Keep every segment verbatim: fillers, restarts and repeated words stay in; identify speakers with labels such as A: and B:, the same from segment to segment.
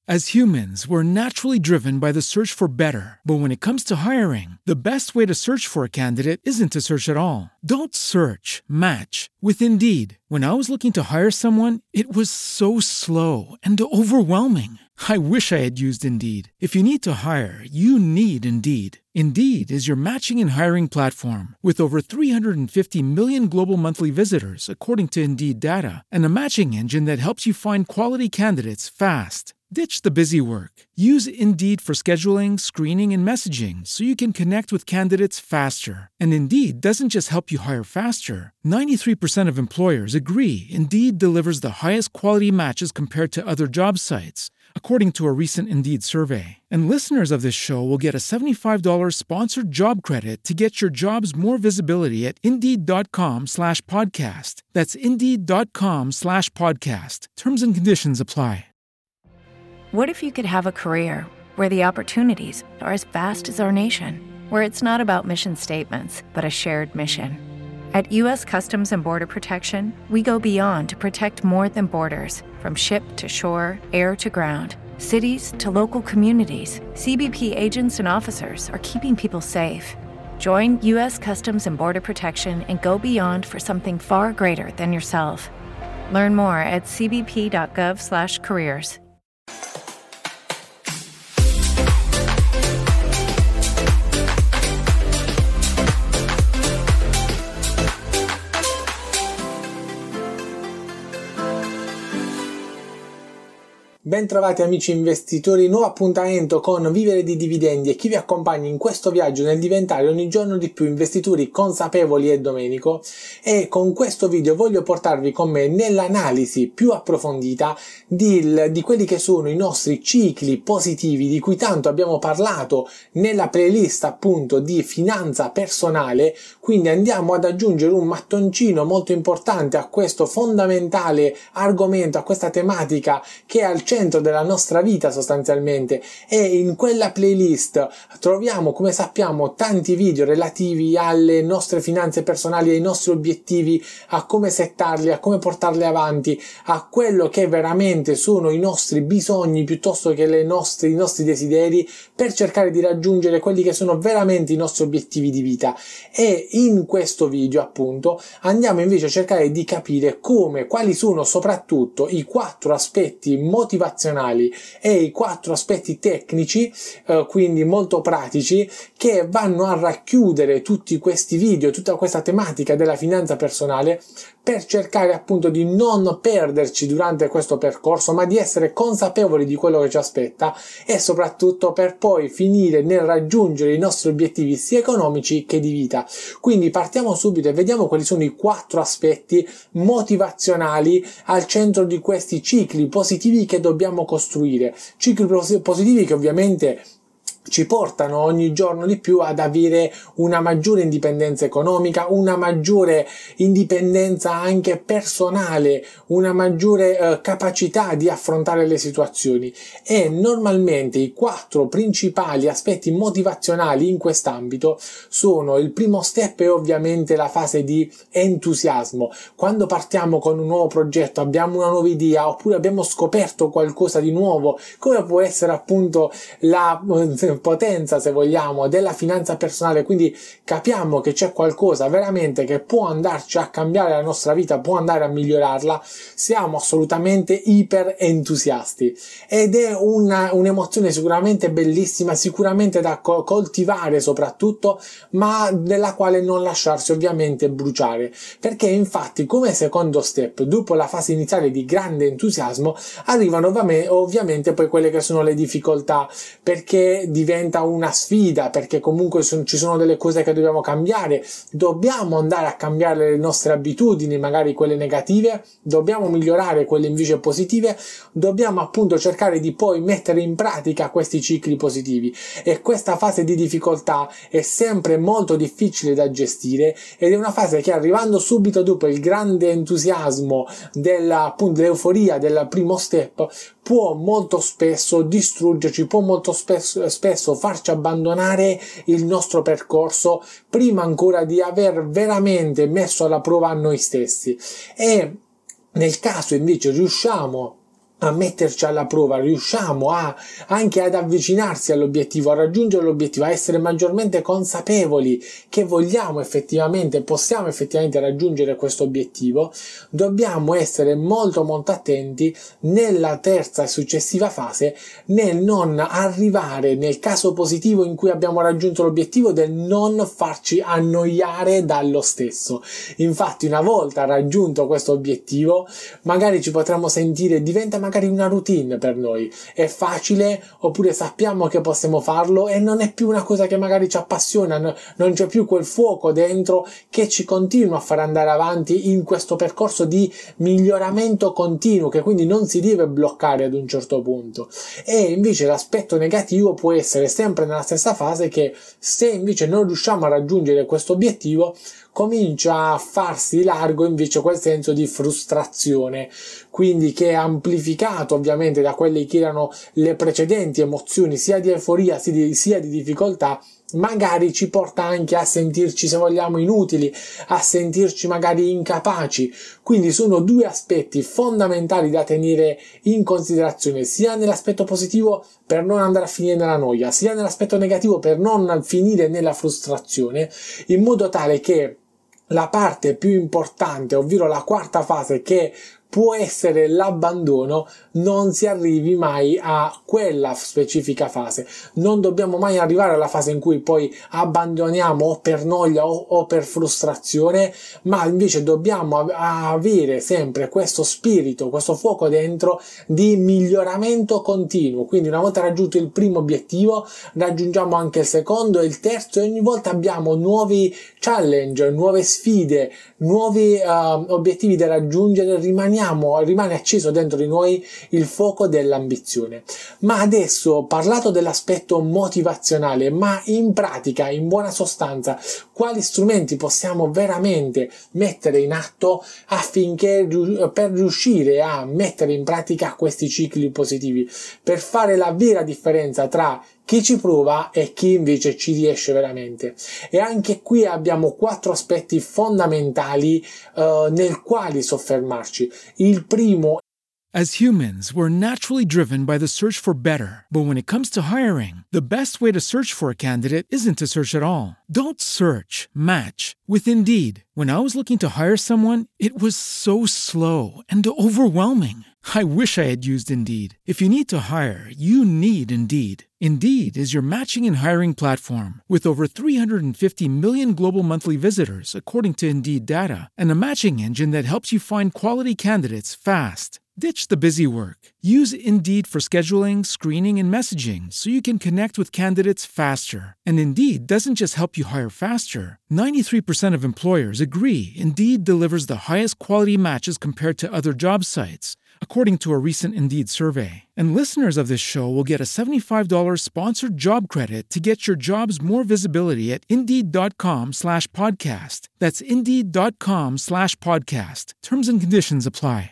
A: As humans, we're naturally driven by the search for better. But when it comes to hiring, the best way to search for a candidate isn't to search at all. Don't search, match with Indeed. When I was looking to hire someone, it was so slow and overwhelming. I wish I had used Indeed. If you need to hire, you need Indeed. Indeed is your matching and hiring platform with over three hundred fifty million global monthly visitors, according to Indeed data, and a matching engine that helps you find quality candidates fast. Ditch the busy work. Use Indeed for scheduling, screening, and messaging so you can connect with candidates faster. And Indeed doesn't just help you hire faster. ninety-three percent of employers agree Indeed delivers the highest quality matches compared to other job sites, according to a recent Indeed survey. And listeners of this show will get a seventy-five dollars sponsored job credit to get your jobs more visibility at Indeed.com slash podcast. That's Indeed.com slash podcast. Terms and conditions apply.
B: What if you could have a career where the opportunities are as vast as our nation, where it's not about mission statements, but a shared mission? At U S Customs and Border Protection, we go beyond to protect more than borders. From ship to shore, air to ground, cities to local communities, C B P agents and officers are keeping people safe. Join U S Customs and Border Protection and go beyond for something far greater than yourself. Learn more at cbp.gov slash careers.
C: Bentrovati amici investitori, nuovo appuntamento con Vivere di Dividendi e chi vi accompagna in questo viaggio nel diventare ogni giorno di più investitori consapevoli è Domenico, e con questo video voglio portarvi con me nell'analisi più approfondita di, di quelli che sono i nostri cicli positivi di cui tanto abbiamo parlato nella playlist appunto di finanza personale. Quindi andiamo ad aggiungere un mattoncino molto importante a questo fondamentale argomento, a questa tematica che è al centro della nostra vita sostanzialmente, e in quella playlist troviamo, come sappiamo, tanti video relativi alle nostre finanze personali, ai nostri obiettivi, a come settarli, a come portarli avanti, a quello che veramente sono i nostri bisogni piuttosto che le nostre, i nostri desideri, per cercare di raggiungere quelli che sono veramente i nostri obiettivi di vita. E in questo video appunto andiamo invece a cercare di capire come, quali sono soprattutto i quattro aspetti motivazionali e i quattro aspetti tecnici, eh, quindi molto pratici, che vanno a racchiudere tutti questi video, tutta questa tematica della finanza personale, per cercare appunto di non perderci durante questo percorso, ma di essere consapevoli di quello che ci aspetta, e soprattutto per poi finire nel raggiungere i nostri obiettivi sia economici che di vita. Quindi partiamo subito e vediamo quali sono i quattro aspetti motivazionali al centro di questi cicli positivi che dobbiamo costruire, cicli positivi che ovviamente ci portano ogni giorno di più ad avere una maggiore indipendenza economica, una maggiore indipendenza anche personale, una maggiore eh, capacità di affrontare le situazioni. E normalmente i quattro principali aspetti motivazionali in quest'ambito sono: il primo step è ovviamente la fase di entusiasmo. Quando partiamo con un nuovo progetto, abbiamo una nuova idea oppure abbiamo scoperto qualcosa di nuovo, come può essere appunto la potenza, se vogliamo, della finanza personale, quindi capiamo che c'è qualcosa veramente che può andarci a cambiare la nostra vita, può andare a migliorarla, siamo assolutamente iper entusiasti, ed è una, un'emozione sicuramente bellissima, sicuramente da co- coltivare soprattutto, ma della quale non lasciarsi ovviamente bruciare, perché infatti come secondo step, dopo la fase iniziale di grande entusiasmo, arrivano ovviamente poi quelle che sono le difficoltà, perché diventa una sfida, perché comunque son, ci sono delle cose che dobbiamo cambiare, dobbiamo andare a cambiare le nostre abitudini, magari quelle negative, dobbiamo migliorare quelle invece positive, dobbiamo appunto cercare di poi mettere in pratica questi cicli positivi, e questa fase di difficoltà è sempre molto difficile da gestire, ed è una fase che, arrivando subito dopo il grande entusiasmo della, appunto, dell'euforia del primo step, può molto spesso distruggerci, può molto spesso, spesso farci abbandonare il nostro percorso prima ancora di aver veramente messo alla prova a noi stessi. E nel caso invece riusciamo a metterci alla prova, riusciamo a, anche ad avvicinarsi all'obiettivo, a raggiungere l'obiettivo, a essere maggiormente consapevoli che vogliamo effettivamente, possiamo effettivamente raggiungere questo obiettivo, dobbiamo essere molto molto attenti nella terza e successiva fase nel non arrivare, nel caso positivo in cui abbiamo raggiunto l'obiettivo, del non farci annoiare dallo stesso. Infatti, una volta raggiunto questo obiettivo, magari ci potremmo sentire, diventa magari una routine per noi, è facile, oppure sappiamo che possiamo farlo e non è più una cosa che magari ci appassiona, no, non c'è più quel fuoco dentro che ci continua a far andare avanti in questo percorso di miglioramento continuo, che quindi non si deve bloccare ad un certo punto. E invece l'aspetto negativo può essere sempre nella stessa fase, che se invece non riusciamo a raggiungere questo obiettivo, comincia a farsi largo invece quel senso di frustrazione, quindi che è amplificato ovviamente da quelle che erano le precedenti emozioni, sia di euforia sia di, sia di difficoltà. Magari ci porta anche a sentirci, se vogliamo, inutili, a sentirci magari incapaci. Quindi sono due aspetti fondamentali da tenere in considerazione, sia nell'aspetto positivo per non andare a finire nella noia, sia nell'aspetto negativo per non finire nella frustrazione, in modo tale che la parte più importante, ovvero la quarta fase, che può essere l'abbandono, non si arrivi mai a quella specifica fase. Non dobbiamo mai arrivare alla fase in cui poi abbandoniamo o per noia o, o per frustrazione, ma invece dobbiamo av- avere sempre questo spirito, questo fuoco dentro di miglioramento continuo. Quindi una volta raggiunto il primo obiettivo, raggiungiamo anche il secondo e il terzo, e ogni volta abbiamo nuovi challenge, nuove sfide, nuovi uh, obiettivi da raggiungere. Rimaniamo rimane acceso dentro di noi il fuoco dell'ambizione. Ma adesso, parlato dell'aspetto motivazionale, ma in pratica, in buona sostanza, quali strumenti possiamo veramente mettere in atto affinché, per riuscire a mettere in pratica questi cicli positivi, per fare la vera differenza tra chi ci prova e chi invece ci riesce veramente? E anche qui abbiamo quattro aspetti fondamentali uh, nel quali soffermarci. Il primo:
A: As humans, we're naturally driven by the search for better. But when it comes to hiring, the best way to search for a candidate isn't to search at all. Don't search, match with Indeed. When I was looking to hire someone, it was so slow and overwhelming. I wish I had used Indeed. If you need to hire, you need Indeed. Indeed is your matching and hiring platform with over three hundred fifty million global monthly visitors, according to Indeed data, and a matching engine that helps you find quality candidates fast. Ditch the busy work. Use Indeed for scheduling, screening, and messaging so you can connect with candidates faster. And Indeed doesn't just help you hire faster. ninety-three percent of employers agree Indeed delivers the highest quality matches compared to other job sites, according to a recent Indeed survey. And listeners of this show will get a seventy-five dollars sponsored job credit to get your jobs more visibility at Indeed.com slash podcast. That's Indeed.com slash podcast. Terms and conditions apply.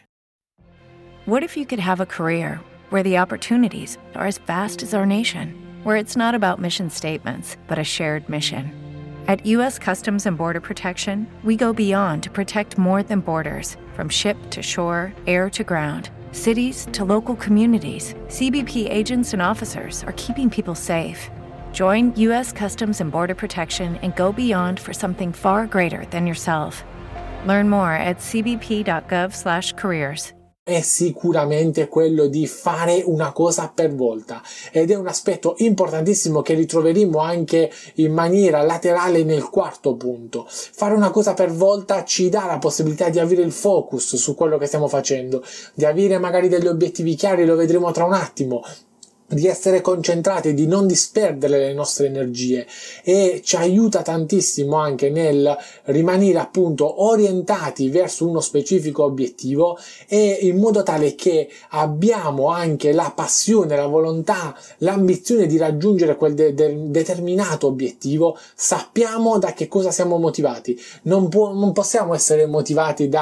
B: What if you could have a career where the opportunities are as vast as our nation, where it's not about mission statements, but a shared mission? At U S Customs and Border Protection, we go beyond to protect more than borders. From ship to shore, air to ground, cities to local communities, C B P agents and officers are keeping people safe. Join U S Customs and Border Protection and go beyond for something far greater than yourself. Learn more at c b p dot gov slash careers.
C: È sicuramente quello di fare una cosa per volta, ed è un aspetto importantissimo che ritroveremo anche in maniera laterale nel quarto punto. Fare una cosa per volta ci dà la possibilità di avere il focus su quello che stiamo facendo, di avere magari degli obiettivi chiari, lo vedremo tra un attimo, di essere concentrati, di non disperdere le nostre energie, e ci aiuta tantissimo anche nel rimanere appunto orientati verso uno specifico obiettivo, e in modo tale che abbiamo anche la passione, la volontà, l'ambizione di raggiungere quel de- de- determinato obiettivo. Sappiamo da che cosa siamo motivati. Non, può, non possiamo essere motivati da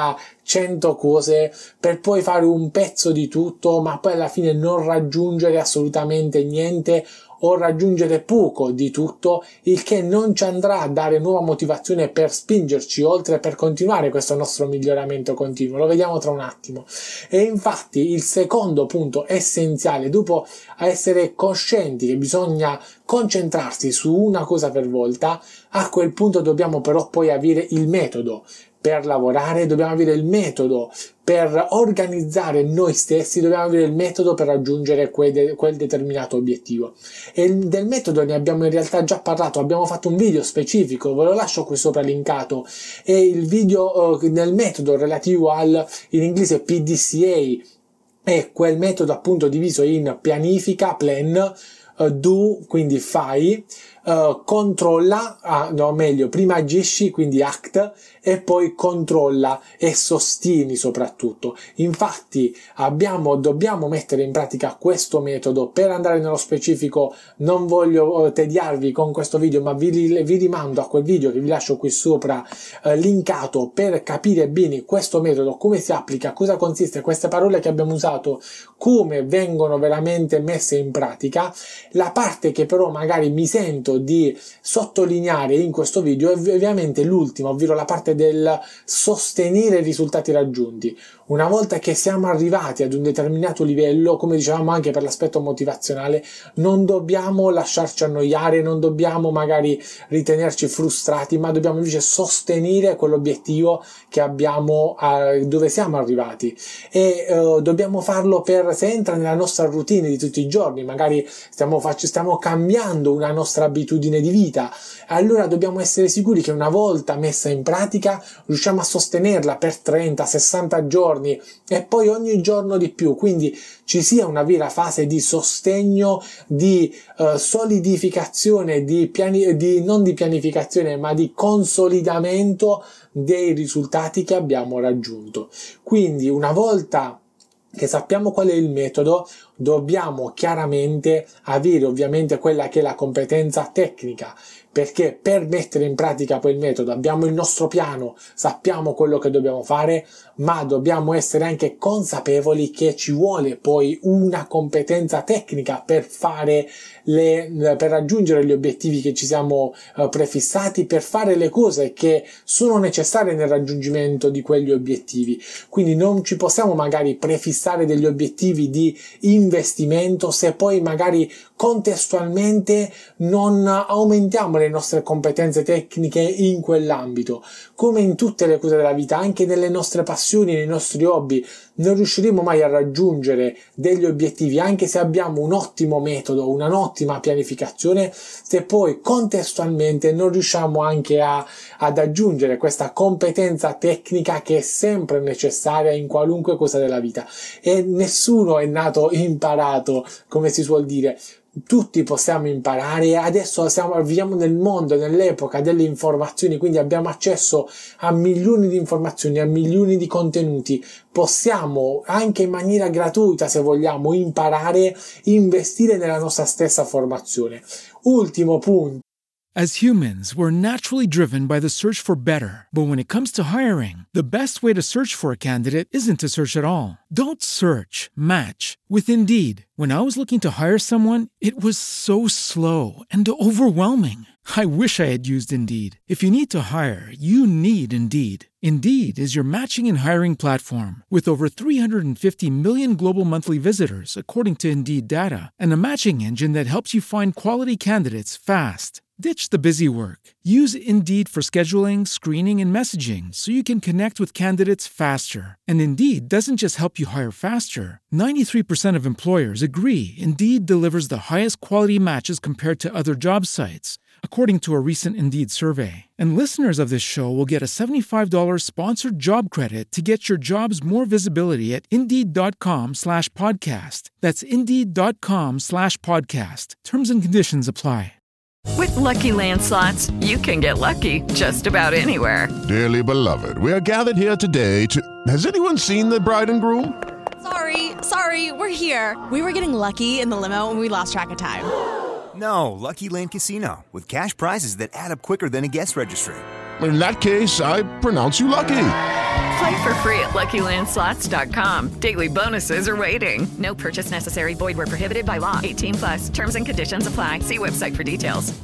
C: cento cose per poi fare un pezzo di tutto, ma poi alla fine non raggiungere assolutamente niente o raggiungere poco di tutto, il che non ci andrà a dare nuova motivazione per spingerci oltre, per continuare questo nostro miglioramento continuo. Lo vediamo tra un attimo. E infatti il secondo punto essenziale, dopo essere coscienti che bisogna concentrarsi su una cosa per volta, a quel punto dobbiamo però poi avere il metodo per lavorare, dobbiamo avere il metodo per organizzare noi stessi, dobbiamo avere il metodo per raggiungere quel, de- quel determinato obiettivo. E del metodo ne abbiamo in realtà già parlato, abbiamo fatto un video specifico, ve lo lascio qui sopra linkato, e il video eh, nel metodo relativo al, in inglese P D C A, è quel metodo appunto diviso in pianifica, plan, uh, do, quindi fai, uh, controlla, ah, no meglio, prima agisci, quindi act, e poi controlla e sostieni soprattutto. Infatti abbiamo, dobbiamo mettere in pratica questo metodo. Per andare nello specifico non voglio tediarvi con questo video, ma vi, vi rimando a quel video che vi lascio qui sopra eh, linkato, per capire bene questo metodo, come si applica, cosa consiste, queste parole che abbiamo usato, come vengono veramente messe in pratica. La parte che però magari mi sento di sottolineare in questo video è ovviamente l'ultima, ovvero la parte del sostenere i risultati raggiunti. Una volta che siamo arrivati ad un determinato livello, come dicevamo anche per l'aspetto motivazionale, non dobbiamo lasciarci annoiare, non dobbiamo magari ritenerci frustrati, ma dobbiamo invece sostenere quell'obiettivo che abbiamo, eh, dove siamo arrivati, e eh, dobbiamo farlo per, se entra nella nostra routine di tutti i giorni, magari stiamo, faccio, stiamo cambiando una nostra abitudine di vita, allora dobbiamo essere sicuri che una volta messa in pratica riusciamo a sostenerla per trenta sessanta giorni e poi ogni giorno di più, quindi ci sia una vera fase di sostegno, di uh, solidificazione, di, piani- di non di pianificazione ma di consolidamento dei risultati che abbiamo raggiunto. Quindi una volta che sappiamo qual è il metodo, dobbiamo chiaramente avere ovviamente quella che è la competenza tecnica, perché per mettere in pratica quel metodo abbiamo il nostro piano, sappiamo quello che dobbiamo fare, ma dobbiamo essere anche consapevoli che ci vuole poi una competenza tecnica per fare le, per raggiungere gli obiettivi che ci siamo uh, prefissati, per fare le cose che sono necessarie nel raggiungimento di quegli obiettivi. Quindi non ci possiamo magari prefissare degli obiettivi di investimento se poi magari contestualmente non aumentiamo le nostre competenze tecniche in quell'ambito. Come in tutte le cose della vita, anche nelle nostre passioni, nei nostri hobby, non riusciremo mai a raggiungere degli obiettivi anche se abbiamo un ottimo metodo, un'ottima pianificazione, se poi contestualmente non riusciamo anche a, ad aggiungere questa competenza tecnica che è sempre necessaria in qualunque cosa della vita. E nessuno è nato imparato, come si suol dire. Tutti possiamo imparare. Adesso siamo, viviamo nel mondo, nell'epoca delle informazioni, quindi abbiamo accesso a milioni di informazioni, a milioni di contenuti. Possiamo anche in maniera gratuita, se vogliamo, imparare, investire nella nostra stessa formazione. Ultimo punto.
A: As humans, we're naturally driven by the search for better. But when it comes to hiring, the best way to search for a candidate isn't to search at all. Don't search, match with Indeed. When I was looking to hire someone, it was so slow and overwhelming. I wish I had used Indeed. If you need to hire, you need Indeed. Indeed is your matching and hiring platform with over three hundred fifty million global monthly visitors, according to Indeed data, and a matching engine that helps you find quality candidates fast. Ditch the busy work. Use Indeed for scheduling, screening, and messaging so you can connect with candidates faster. And Indeed doesn't just help you hire faster. ninety-three percent of employers agree Indeed delivers the highest quality matches compared to other job sites, according to a recent Indeed survey. And listeners of this show will get a seventy-five dollars sponsored job credit to get your jobs more visibility at Indeed.com slash podcast. That's Indeed.com slash podcast. Terms and conditions apply.
D: With Lucky Land Slots, you can get lucky just about anywhere.
E: Dearly beloved, we are gathered here today to... Has anyone seen the bride and groom?
F: Sorry, sorry, we're here. We were getting lucky in the limo and we lost track of time.
G: No, Lucky Land Casino, with cash prizes that add up quicker than a guest registry.
E: In that case, I pronounce you lucky.
D: Play for free at lucky land slots dot com. Daily bonuses are waiting. No purchase necessary. Void where prohibited by law. eighteen plus. Terms and conditions apply. See website for details.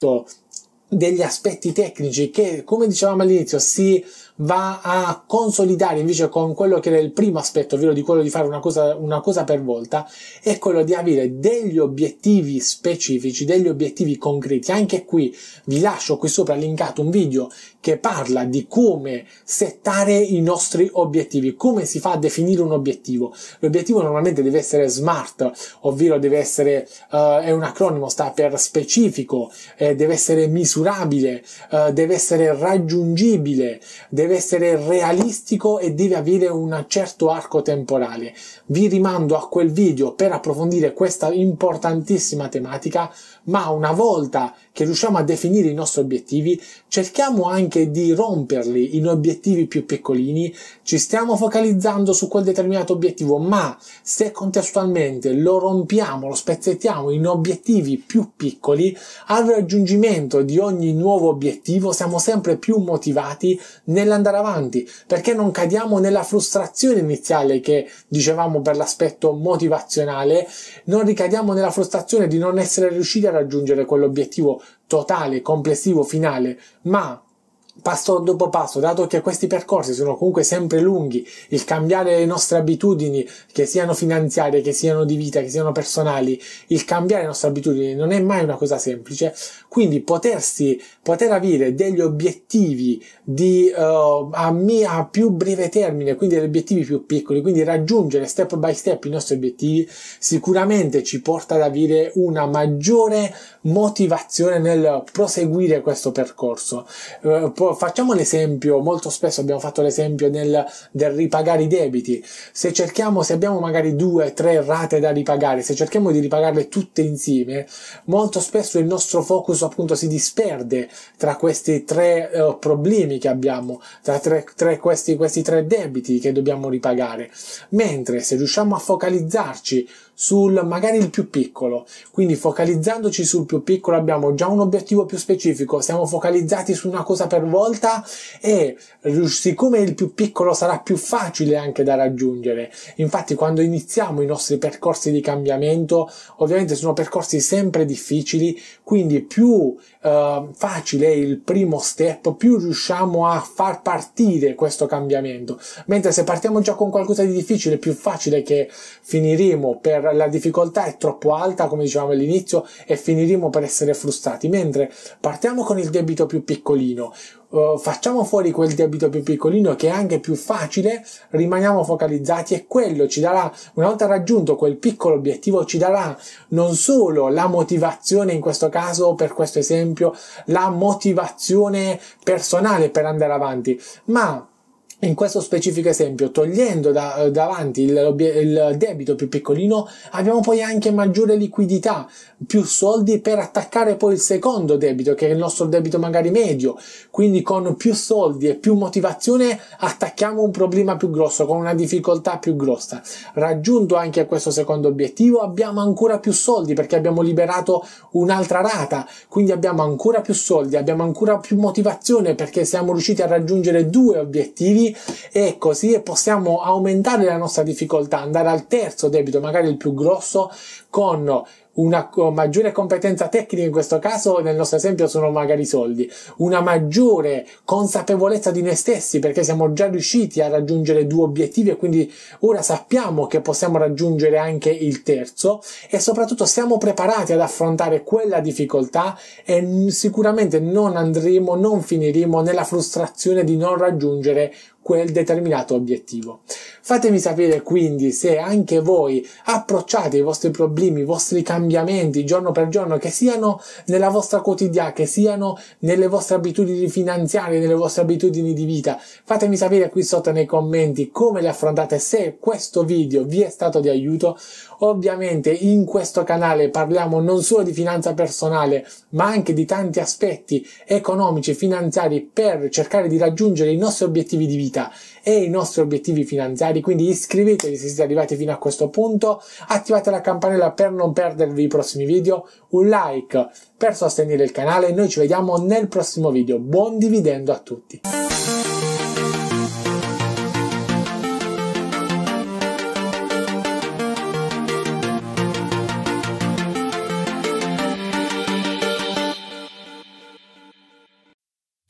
C: Degli aspetti tecnici che, come dicevamo all'inizio, si va a consolidare invece con quello che era il primo aspetto, ovvero di quello di fare una cosa, una cosa per volta, è quello di avere degli obiettivi specifici, degli obiettivi concreti. Anche qui vi lascio qui sopra linkato un video che parla di come settare i nostri obiettivi, come si fa a definire un obiettivo. L'obiettivo normalmente deve essere SMART, ovvero deve essere, uh, è un acronimo, sta per specifico, eh, deve essere misurabile, uh, deve essere raggiungibile, deve essere realistico e deve avere un certo arco temporale. Vi rimando a quel video per approfondire questa importantissima tematica, ma una volta che riusciamo a definire i nostri obiettivi, cerchiamo anche di romperli in obiettivi più piccolini. Ci stiamo focalizzando su quel determinato obiettivo, ma se contestualmente lo rompiamo, lo spezzettiamo in obiettivi più piccoli, al raggiungimento di ogni nuovo obiettivo siamo sempre più motivati nell'andare avanti, perché non cadiamo nella frustrazione iniziale che dicevamo per l'aspetto motivazionale, non ricadiamo nella frustrazione di non essere riusciti a raggiungere quell'obiettivo totale, complessivo, finale, ma passo dopo passo, dato che questi percorsi sono comunque sempre lunghi, il cambiare le nostre abitudini, che siano finanziarie, che siano di vita, che siano personali, il cambiare le nostre abitudini non è mai una cosa semplice, quindi potersi, poter avere degli obiettivi di, uh, a, mia, a più breve termine, quindi degli obiettivi più piccoli, quindi raggiungere step by step i nostri obiettivi, sicuramente ci porta ad avere una maggiore motivazione nel proseguire questo percorso. Uh, Facciamo l'esempio, molto spesso abbiamo fatto l'esempio del, del ripagare i debiti. Se cerchiamo, se abbiamo magari due, tre rate da ripagare, se cerchiamo di ripagarle tutte insieme, molto spesso il nostro focus appunto si disperde tra questi tre uh, problemi che abbiamo, tra tre, tre, questi, questi tre debiti che dobbiamo ripagare. Mentre se riusciamo a focalizzarci sul magari il più piccolo, quindi focalizzandoci sul più piccolo abbiamo già un obiettivo più specifico, siamo focalizzati su una cosa per volta e siccome il più piccolo sarà più facile anche da raggiungere. Infatti quando iniziamo i nostri percorsi di cambiamento, ovviamente sono percorsi sempre difficili, quindi più Uh, facile è il primo step, più riusciamo a far partire questo cambiamento, mentre se partiamo già con qualcosa di difficile, più facile che finiremo per la difficoltà è troppo alta, come dicevamo all'inizio, e finiremo per essere frustrati. Mentre partiamo con il debito più piccolino, Uh, facciamo fuori quel debito più piccolino che è anche più facile, rimaniamo focalizzati e quello ci darà, una volta raggiunto quel piccolo obiettivo, ci darà non solo la motivazione, in questo caso, per questo esempio, la motivazione personale per andare avanti, ma in questo specifico esempio, togliendo da, davanti il, il debito più piccolino, abbiamo poi anche maggiore liquidità, più soldi per attaccare poi il secondo debito, che è il nostro debito magari medio. Quindi con più soldi e più motivazione attacchiamo un problema più grosso, con una difficoltà più grossa. Raggiunto anche questo secondo obiettivo, abbiamo ancora più soldi perché abbiamo liberato un'altra rata, quindi abbiamo ancora più soldi, abbiamo ancora più motivazione perché siamo riusciti a raggiungere due obiettivi, e così possiamo aumentare la nostra difficoltà, andare al terzo debito, magari il più grosso, con una maggiore competenza tecnica, in questo caso nel nostro esempio sono magari soldi, una maggiore consapevolezza di noi stessi perché siamo già riusciti a raggiungere due obiettivi e quindi ora sappiamo che possiamo raggiungere anche il terzo, e soprattutto siamo preparati ad affrontare quella difficoltà e sicuramente non andremo, non finiremo nella frustrazione di non raggiungere quel determinato obiettivo. Fatemi sapere quindi se anche voi approcciate i vostri problemi, i vostri cambiamenti giorno per giorno, che siano nella vostra quotidiana, che siano nelle vostre abitudini finanziarie, nelle vostre abitudini di vita. Fatemi sapere qui sotto nei commenti come le affrontate, se questo video vi è stato di aiuto. Ovviamente in questo canale parliamo non solo di finanza personale, ma anche di tanti aspetti economici, finanziari, per cercare di raggiungere i nostri obiettivi di vita e i nostri obiettivi finanziari. Quindi iscrivetevi se siete arrivati fino a questo punto, attivate la campanella per non perdervi i prossimi video, un like per sostenere il canale e noi ci vediamo nel prossimo video. Buon dividendo a tutti!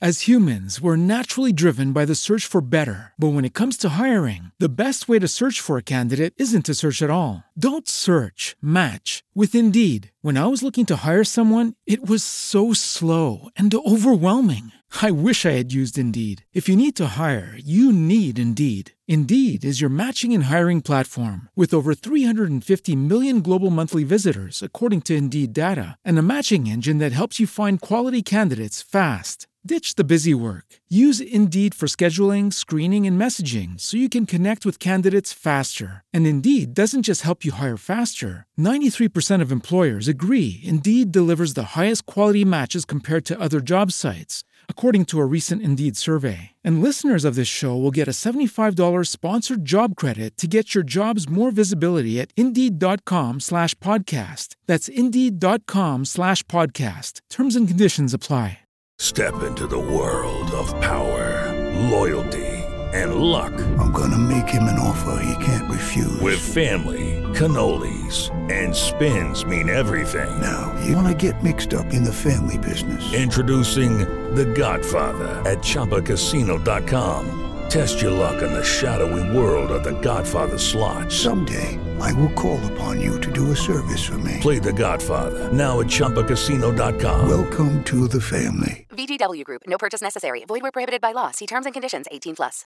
A: As humans, we're naturally driven by the search for better. But when it comes to hiring, the best way to search for a candidate isn't to search at all. Don't search, match with Indeed. When I was looking to hire someone, it was so slow and overwhelming. I wish I had used Indeed. If you need to hire, you need Indeed. Indeed is your matching and hiring platform with over three hundred fifty million global monthly visitors, according to Indeed data, and a matching engine that helps you find quality candidates fast. Ditch the busy work. Use Indeed for scheduling, screening, and messaging so you can connect with candidates faster. And Indeed doesn't just help you hire faster. ninety-three percent of employers agree Indeed delivers the highest quality matches compared to other job sites, according to a recent Indeed survey. And listeners of this show will get a seventy-five dollars sponsored job credit to get your jobs more visibility at Indeed.com slash podcast. That's Indeed.com slash podcast. Terms and conditions apply.
H: Step into the world of power, loyalty, and luck.
I: I'm gonna make him an offer he can't refuse.
H: With family, cannolis, and spins mean everything.
I: Now, you wanna get mixed up in the family business.
H: Introducing The Godfather at Chumba Casino dot com. Test your luck in the shadowy world of The Godfather slot.
I: Someday, I will call upon you to do a service for me.
H: Play The Godfather, now at Chumba Casino dot com.
I: Welcome to the family.
J: V G W Group. No purchase necessary. Void where prohibited by law. See terms and conditions. eighteen plus.